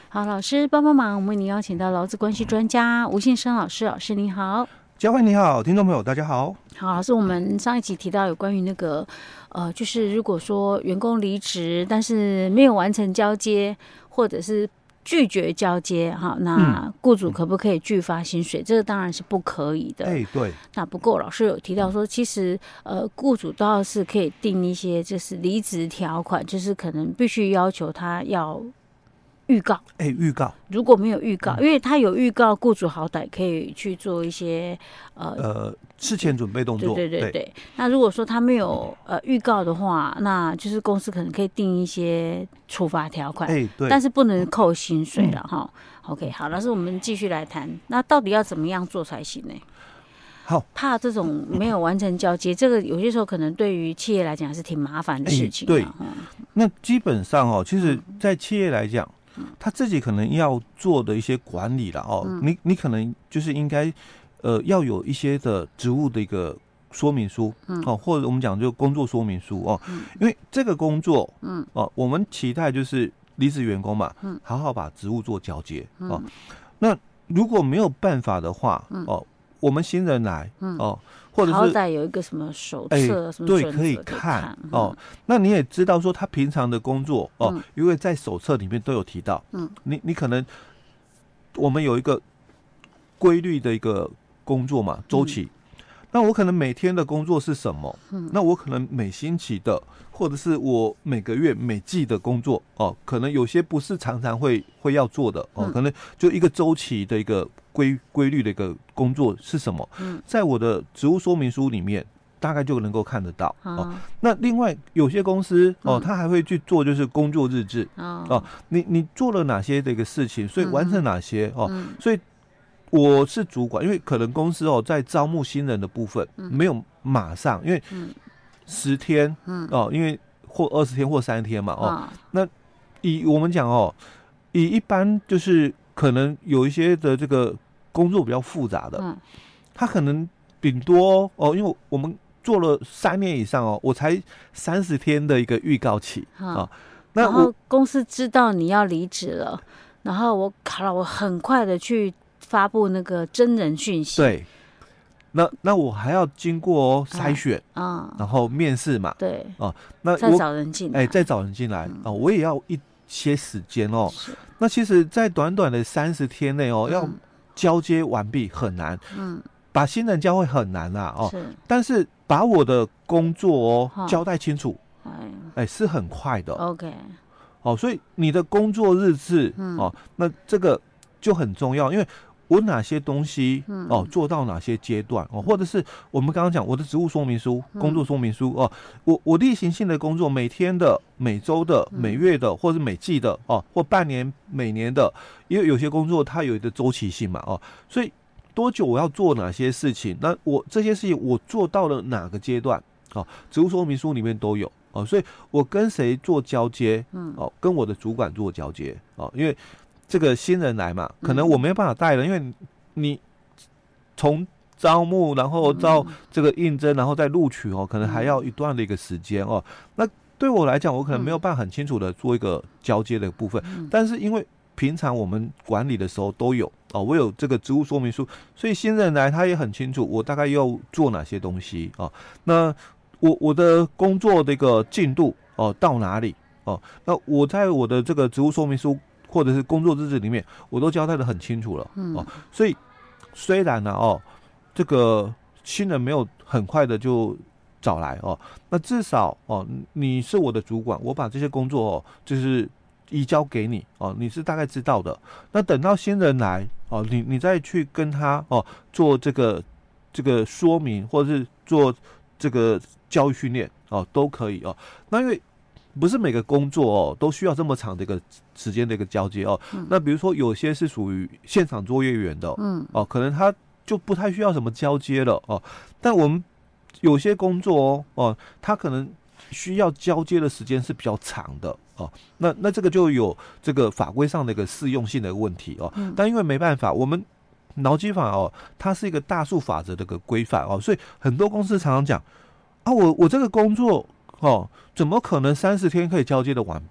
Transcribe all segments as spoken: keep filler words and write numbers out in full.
好，老师帮帮忙，我们为您邀请到劳资关系专家吴信生老师，老师你好。 嘉惠你好，听众朋友大家好。 好，老师，我们上一集提到有关于那个呃，就是如果说员工离职，但是没有完成交接，或者是拒绝交接，哈，那雇主可不可以拒发薪水？嗯、这个当然是不可以的。 哎、欸，对。 那不过老师有提到说，其实呃，雇主倒是可以定一些就是离职条款，就是可能必须要求他要预告。 哎、欸，预告。 如果没有预告，因为他有预告，雇主好歹可以去做一些呃呃事前准备动作。 对对对 对, 对。那如果说他没有呃预告的话，那就是公司可能可以定一些处罚条款， 哎、欸，对。 但是不能扣薪水了哈、嗯。OK， 好，老师，我们继续来谈，那到底要怎么样做才行呢？ 好， 怕这种没有完成交接，这个有些时候可能对于企业来讲是挺麻烦的事情、啊欸。对、嗯，那基本上哦，其实，在企业来讲。他自己可能要做的一些管理了哦，嗯、你你可能就是应该，呃，要有一些的职务的一个说明书，嗯、哦，或者我们讲就工作说明书哦，嗯、因为这个工作，嗯，哦，我们期待就是离职员工嘛，嗯，好好把职务做交接、嗯、哦。那如果没有办法的话，嗯、哦，我们新人来，嗯、哦。或者是好歹有一个什么手册、欸，什么对，可以看哦。那你也知道说他平常的工作哦，嗯、因为在手册里面都有提到，嗯，你你可能我们有一个规律的一个工作嘛周期、嗯，那我可能每天的工作是什么？嗯，那我可能每星期的，或者是我每个月、每季的工作哦，可能有些不是常常会会要做的哦，嗯、可能就一个周期的一个。规规律的一个工作是什么？嗯，在我的职务说明书里面，大概就能够看得到。啊、哦，那另外有些公司哦，他、嗯、还会去做就是工作日志。哦，哦你你做了哪些的一个事情，所以完成哪些、嗯、哦、嗯，所以我是主管，因为可能公司哦在招募新人的部分、嗯、没有马上，因为十天，嗯哦，因为或二十天或三天嘛，哦，嗯、那以我们讲哦，以一般就是可能有一些的这个。工作比较复杂的，嗯，他可能顶多哦，因为我们做了三年以上哦，我才三十天的一个预告期啊、嗯哦。那然后公司知道你要离职了，然后我好了，我很快的去发布那个真人讯息。 对，那那我还要经过哦筛选啊、嗯，然后面试嘛， 对哦，那再找人进来， 哎、欸，再找人进来啊、嗯哦，我也要一些时间哦。那其实，在短短的三十天内哦，嗯、要交接完毕很难，嗯，把新人教会很难啦、啊，哦，是，但是把我的工作哦交代清楚，哎，哎是很快的 ，OK， 哦，所以你的工作日志、嗯、哦，那这个就很重要，因为我哪些东西、嗯、哦做到哪些阶段哦，或者是我们刚刚讲我的职务说明书、嗯、工作说明书哦，我我例行性的工作，每天的、每周的、每月的，或者每季的哦，或半年、每年的。因为有些工作它有一个周期性嘛，哦，所以多久我要做哪些事情？那我这些事情我做到了哪个阶段？哦，职务说明书里面都有哦，所以我跟谁做交接？嗯，哦，跟我的主管做交接哦，因为这个新人来嘛，可能我没有办法带了，因为你从招募，然后到这个应征，然后再录取哦，可能还要一段的一个时间哦。那对我来讲，我可能没有办法很清楚的做一个交接的部分，嗯、但是因为平常我们管理的时候都有哦，我有这个职务说明书，所以新人来他也很清楚我大概要做哪些东西哦。那我我的工作的一个进度哦到哪里哦？那我在我的这个职务说明书或者是工作日志里面，我都交代得很清楚了哦。所以虽然呢、啊、哦，这个新人没有很快的就找来哦，那至少哦你是我的主管，我把这些工作哦就是移交给你哦，你是大概知道的。那等到新人来哦，你你再去跟他哦做这个这个说明，或者是做这个教育训练哦，都可以哦。那因为不是每个工作哦都需要这么长的一个时间的一个交接哦。嗯、那比如说有些是属于现场作业员的，嗯，哦，可能他就不太需要什么交接了哦。但我们有些工作哦，哦，他可能需要交接的时间是比较长的哦。那那这个就有这个法规上的一个适用性的问题哦。嗯、但因为没办法，我们劳基法哦，它是一个大数法则的一个规范哦，所以很多公司常常讲啊，我我这个工作哦，怎么可能三十天可以交接的完毕？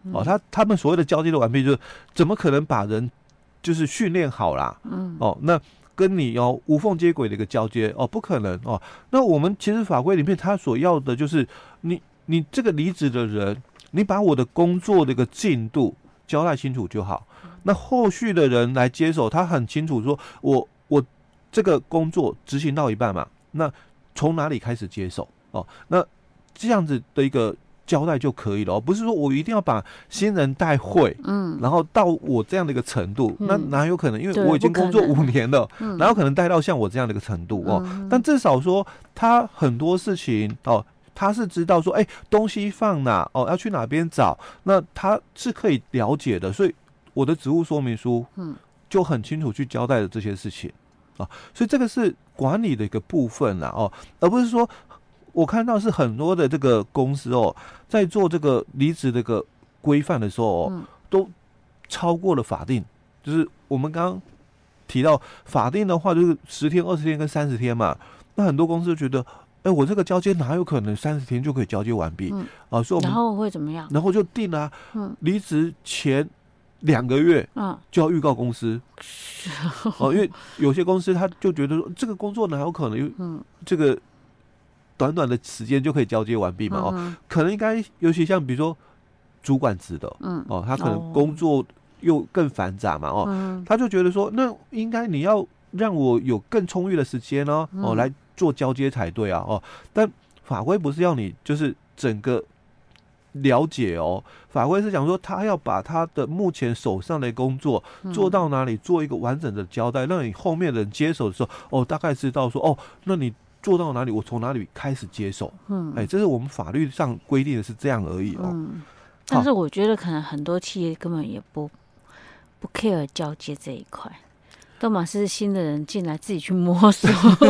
哦，他他们所谓的交接的完毕，就是怎么可能把人就是训练好啦？嗯，哦，那跟你哦无缝接轨的一个交接哦，不可能哦。那我们其实法规里面他所要的就是你你这个离职的人，你把我的工作的一个进度交代清楚就好。那后续的人来接手，他很清楚说，我我这个工作执行到一半嘛，那从哪里开始接手哦？那这样子的一个交代就可以了，不是说我一定要把新人带会，嗯，然后到我这样的一个程度，嗯、那哪有可能？因为我已经工作五年了，哪有可能带到像我这样的一个程度哦？嗯、但至少说他很多事情哦，他是知道说，哎、欸，东西放哪哦，要去哪边找，那他是可以了解的，所以我的职务说明书，嗯，就很清楚去交代了这些事情啊，所以这个是管理的一个部分啦哦，而不是说。我看到是很多的这个公司哦，在做这个离职的一个规范的时候哦，嗯、都超过了法定。就是我们刚刚提到法定的话，就是十天、二十天跟三十天嘛。那很多公司就觉得，哎，我这个交接哪有可能三十天就可以交接完毕、嗯、啊？所以我们然后会怎么样？ 然后就定了、啊，嗯，离职前两个月，嗯，就要预告公司。哦、嗯，因为有些公司他就觉得说，这个工作哪有可能，嗯，这个。短短的时间就可以交接完毕嘛？嗯、哦，可能应该，尤其像比如说主管职的，嗯，哦，他可能工作又更繁杂嘛，哦，嗯、他就觉得说，那应该你要让我有更充裕的时间呢、哦，哦，来做交接才对啊，哦，但法规不是要你就是整个了解哦，法规是讲说他要把他的目前手上的工作做到哪里，做一个完整的交代，让你后面的人接手的时候，哦，大概知道说，哦，那你。做到哪里，我从哪里开始接手？嗯，哎，这是我们法律上规定的是这样而已哦。 嗯，但是我觉得可能很多企业根本也不不 care 交接这一块，都嘛是新的人进来自己去摸索，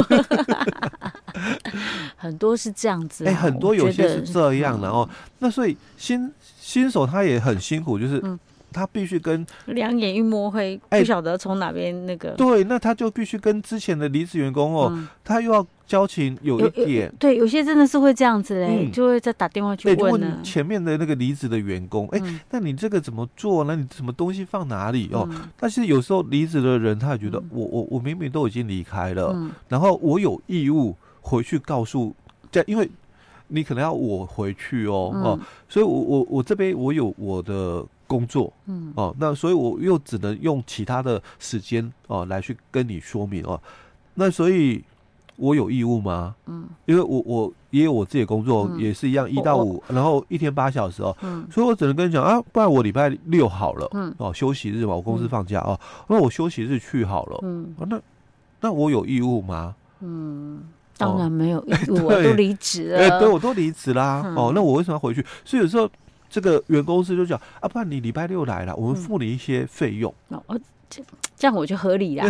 很多是这样子、啊。 哎，很多有些是这样的哦。嗯、那所以新新手他也很辛苦，就是。嗯他必须跟两眼一摸会不晓得从哪边那个、欸、 对，那他就必须跟之前的离职员工哦，嗯、他又要交情有一点， 对，有些真的是会这样子嘞，嗯、就会再打电话去问呢。 问前面的那个离职的员工，哎、嗯欸，那你这个怎么做？那你什么东西放哪里哦？嗯、但是有时候离职的人，他也觉得、嗯、我我我明明都已经离开了，嗯、然后我有义务回去告诉，因为你可能要我回去哦、嗯、哦，所以我我我这边我有我的。工作，嗯，哦，那所以我又只能用其他的时间哦来去跟你说明哦，那所以我有义务吗？嗯，因为我我也有我自己的工作，嗯、也是一样一到五，然后一天八小时哦，嗯，所以我只能跟你讲啊，不然我礼拜六好了，嗯，哦，休息日嘛，我公司放假哦，那我休息日去好了，嗯，啊、那那我有义务吗？ 嗯。当然没有义务，我都离职了。 哎、欸，对，我都离职啦。嗯、哦，那我为什么要回去？所以有时候这个原公司就讲啊，不然你礼拜六来了，我们付你一些费用。 嗯、哦，这这样我就合理啦。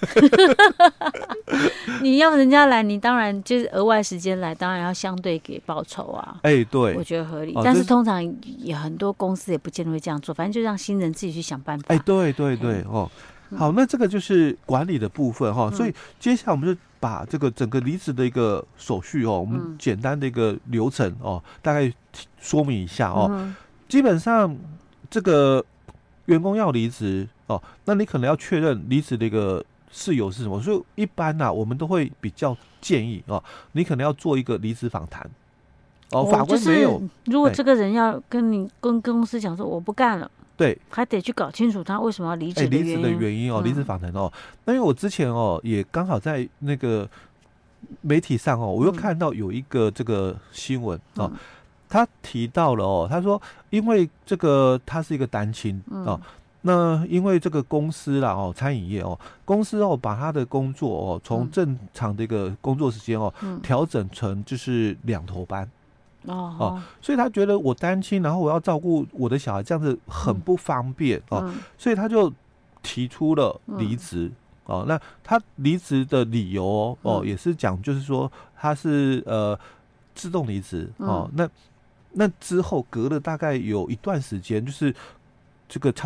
你要人家来，你当然就是额外时间来，当然要相对给报酬啊。 哎、欸，对， 我觉得合理。哦、但是通常也很多公司也不见得会这样做，反正就让新人自己去想办法。 哎、欸，对对对，嗯、哦。好，那这个就是管理的部分哈，嗯、所以接下来我们就把这个整个离职的一个手续哦，我们简单的一个流程哦，大概说明一下哦。嗯、基本上这个员工要离职哦，那你可能要确认离职的一个事由是什么，所以一般呐、啊，我们都会比较建议哦，你可能要做一个离职访谈。哦，法规没有、 就是。如果这个人要跟你跟跟公司讲说我不干了。 对， 还得去搞清楚他为什么要离职的原因。 离职的原因哦，离职访谈哦。那、嗯、因为我之前哦，也刚好在那个媒体上哦，我又看到有一个这个新闻、嗯、哦，他提到了哦，他说因为这个他是一个单亲、嗯、哦，那因为这个公司啦哦，餐饮业哦，公司哦把他的工作哦从正常的一个工作时间哦调、嗯、整成就是两头班。哦, 哦，所以他觉得我单亲，然后我要照顾我的小孩，这样子很不方便、嗯、哦，嗯、所以他就提出了离职、嗯、哦。那他离职的理由 哦, 哦、嗯、也是讲，就是说他是呃自动离职哦。嗯、那那之后隔了大概有一段时间，就是这个差不多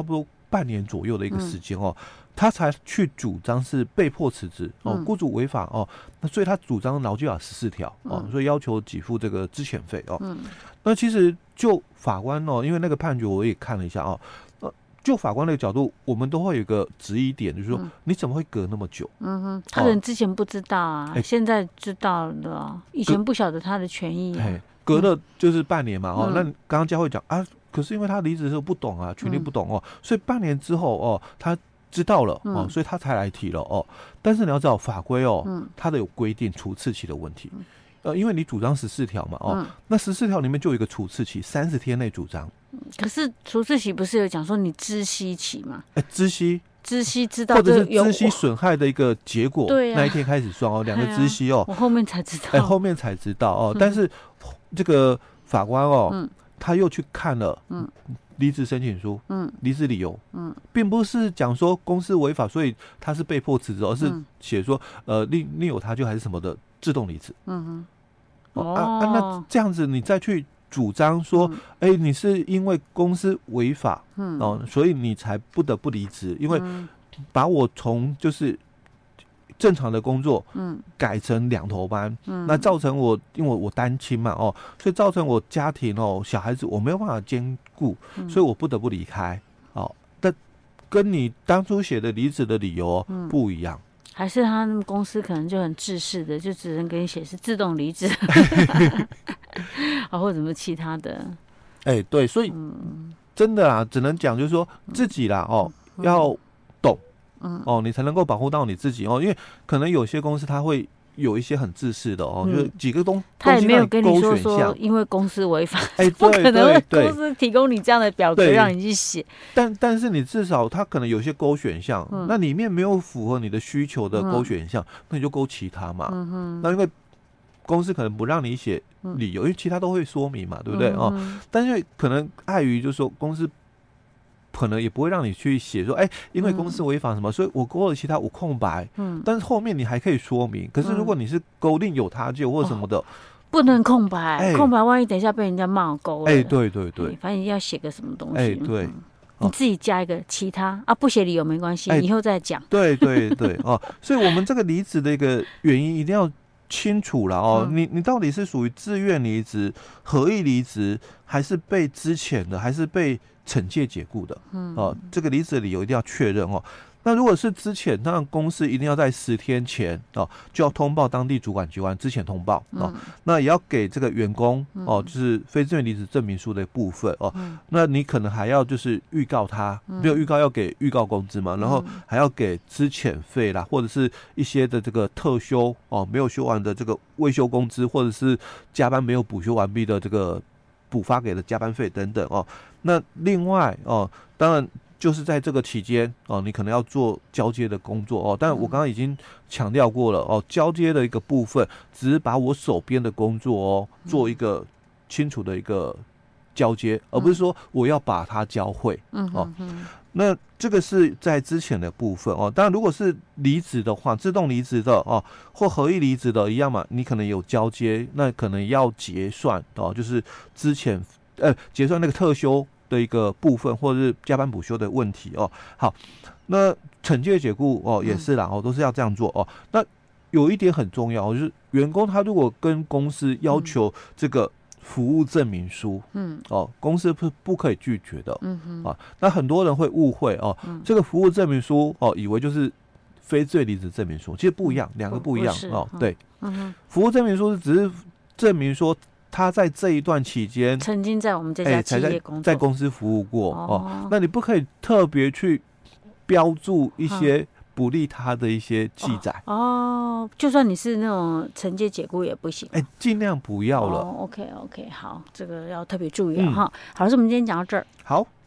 半年左右的一个时间哦。嗯他才去主张是被迫辞职哦，雇主违法哦，那所以他主张劳基法十四条哦，所以要求给付这个资遣费哦。嗯，那其实就法官哦，因为那个判决我也看了一下哦，呃，就法官的角度，我们都会有一个质疑点，就是说、嗯、你怎么会隔那么久？ 嗯哼，他可能之前不知道啊，欸、现在知道了，以前不晓得他的权益、啊。 隔了就是半年嘛哦，嗯、那刚刚佳慧讲啊，可是因为他离职的时候不懂啊，权利不懂哦，嗯、所以半年之后哦，他。知道了哦，所以他才来提了哦。但是你要知道法规哦，嗯、它的有规定除斥期的问题。呃，因为你主张十四条嘛哦，嗯、那十四条里面就有一个除斥期，三十天内主张。 可是除斥期不是有讲说你知悉期吗？ 哎、欸，知悉， 知悉知道， 或者是知悉损害的一个结果， 对、啊、 那一天开始算哦，两个知悉哦、 啊。我后面才知道， 哎、欸，后面才知道哦。嗯、但是这个法官哦，嗯、他又去看了，嗯。离职申请书，嗯，离职理由，嗯，并不是讲说公司违法，所以他是被迫辞职，而是写说，呃，另另有他就还是什么的自动离职，嗯哼，哦啊啊，那这样子你再去主张说，哎、嗯欸，你是因为公司违法，嗯，哦，所以你才不得不离职，因为把我从就是正常的工作，嗯，改成两头班，嗯，那造成我因为我我单亲嘛，哦，所以造成我家庭哦小孩子我没有办法兼顾，嗯、所以我不得不离开，哦，但跟你当初写的离职的理由、哦嗯、不一样， 还是他们公司可能就很制式的，就只能给你写是自动离职，啊，或者什么其他的， 哎、欸，对，所以、嗯、真的啦，只能讲就是说自己啦，哦，嗯、要懂。嗯哦，你才能够保护到你自己哦，因为可能有些公司它会有一些很自私的哦，嗯、就是几个东他也没有跟你说说，因为公司违法，哎、欸，不可能会公司提供你这样的表格让你去写。 但但是你至少它可能有些勾选项，嗯、那里面没有符合你的需求的勾选项，嗯、那你就勾其他嘛。嗯哼，那因为公司可能不让你写理由，因为其他都会说明嘛，对不对、嗯、哦？但是可能碍于就是说公司。可能也不会让你去写说，哎、欸，因为公司违法什么，嗯、所以我勾了其他我空白，嗯，但是后面你还可以说明。可是如果你是勾另有他就或什么的，哦、 不能空白，欸、空白万一等一下被人家骂勾了，哎、 欸，对对对， 反正要写个什么东西， 哎、欸，对、嗯， 你自己加一个其他啊，不写理由没关系，欸、以后再讲。 对对对哦，所以我们这个离职的一个原因一定要清楚了哦，嗯、你你到底是属于自愿离职、合意离职，还是被资遣的，还是被惩戒解雇的？嗯，哦，这个离职的理由一定要确认哦。那如果是资遣，当然公司一定要在十天前哦就要通报当地主管机关资遣通报哦。嗯、那也要给这个员工哦，就是非自愿离职证明书的部分哦。嗯、那你可能还要就是预告他，没有预告要给预告工资嘛，然后还要给资遣费啦，或者是一些的这个特休哦，没有休完的这个未休工资，或者是加班没有补休完毕的这个补发给的加班费等等哦。那另外哦，当然。就是在这个期间哦，你可能要做交接的工作哦。但我刚刚已经强调过了哦，交接的一个部分，只是把我手边的工作哦做一个清楚的一个交接，嗯、而不是说我要把它教会哦。嗯、那这个是在之前的部分哦。当然，如果是离职的话，自动离职的哦，或合意离职的一样嘛，你可能有交接，那可能要结算哦，就是之前呃结算那个特休的一个部分，或者是加班补休的问题哦。好，那惩戒解雇哦也是啦哦，都是要这样做哦。那有一点很重要，就是员工他如果跟公司要求这个服务证明书，嗯，哦，公司不不可以拒绝的，嗯哼，啊，那很多人会误会哦，嗯、这个服务证明书哦，以为就是非自愿离职证明书，其实不一样，两个不一样哦。嗯、对，嗯哼，服务证明书是只是证明说。他在这一段期间曾经在我们这家企业工作， 欸、在, 在公司服务过 哦, 哦，那你不可以特别去标注一些不利他的一些记载哦, 哦，就算你是那种惩戒解雇也不行， 哎、欸，尽量不要了。 哦、OK OK， 好，这个要特别注意了、嗯、哈。好，是我们今天讲到这儿， 好。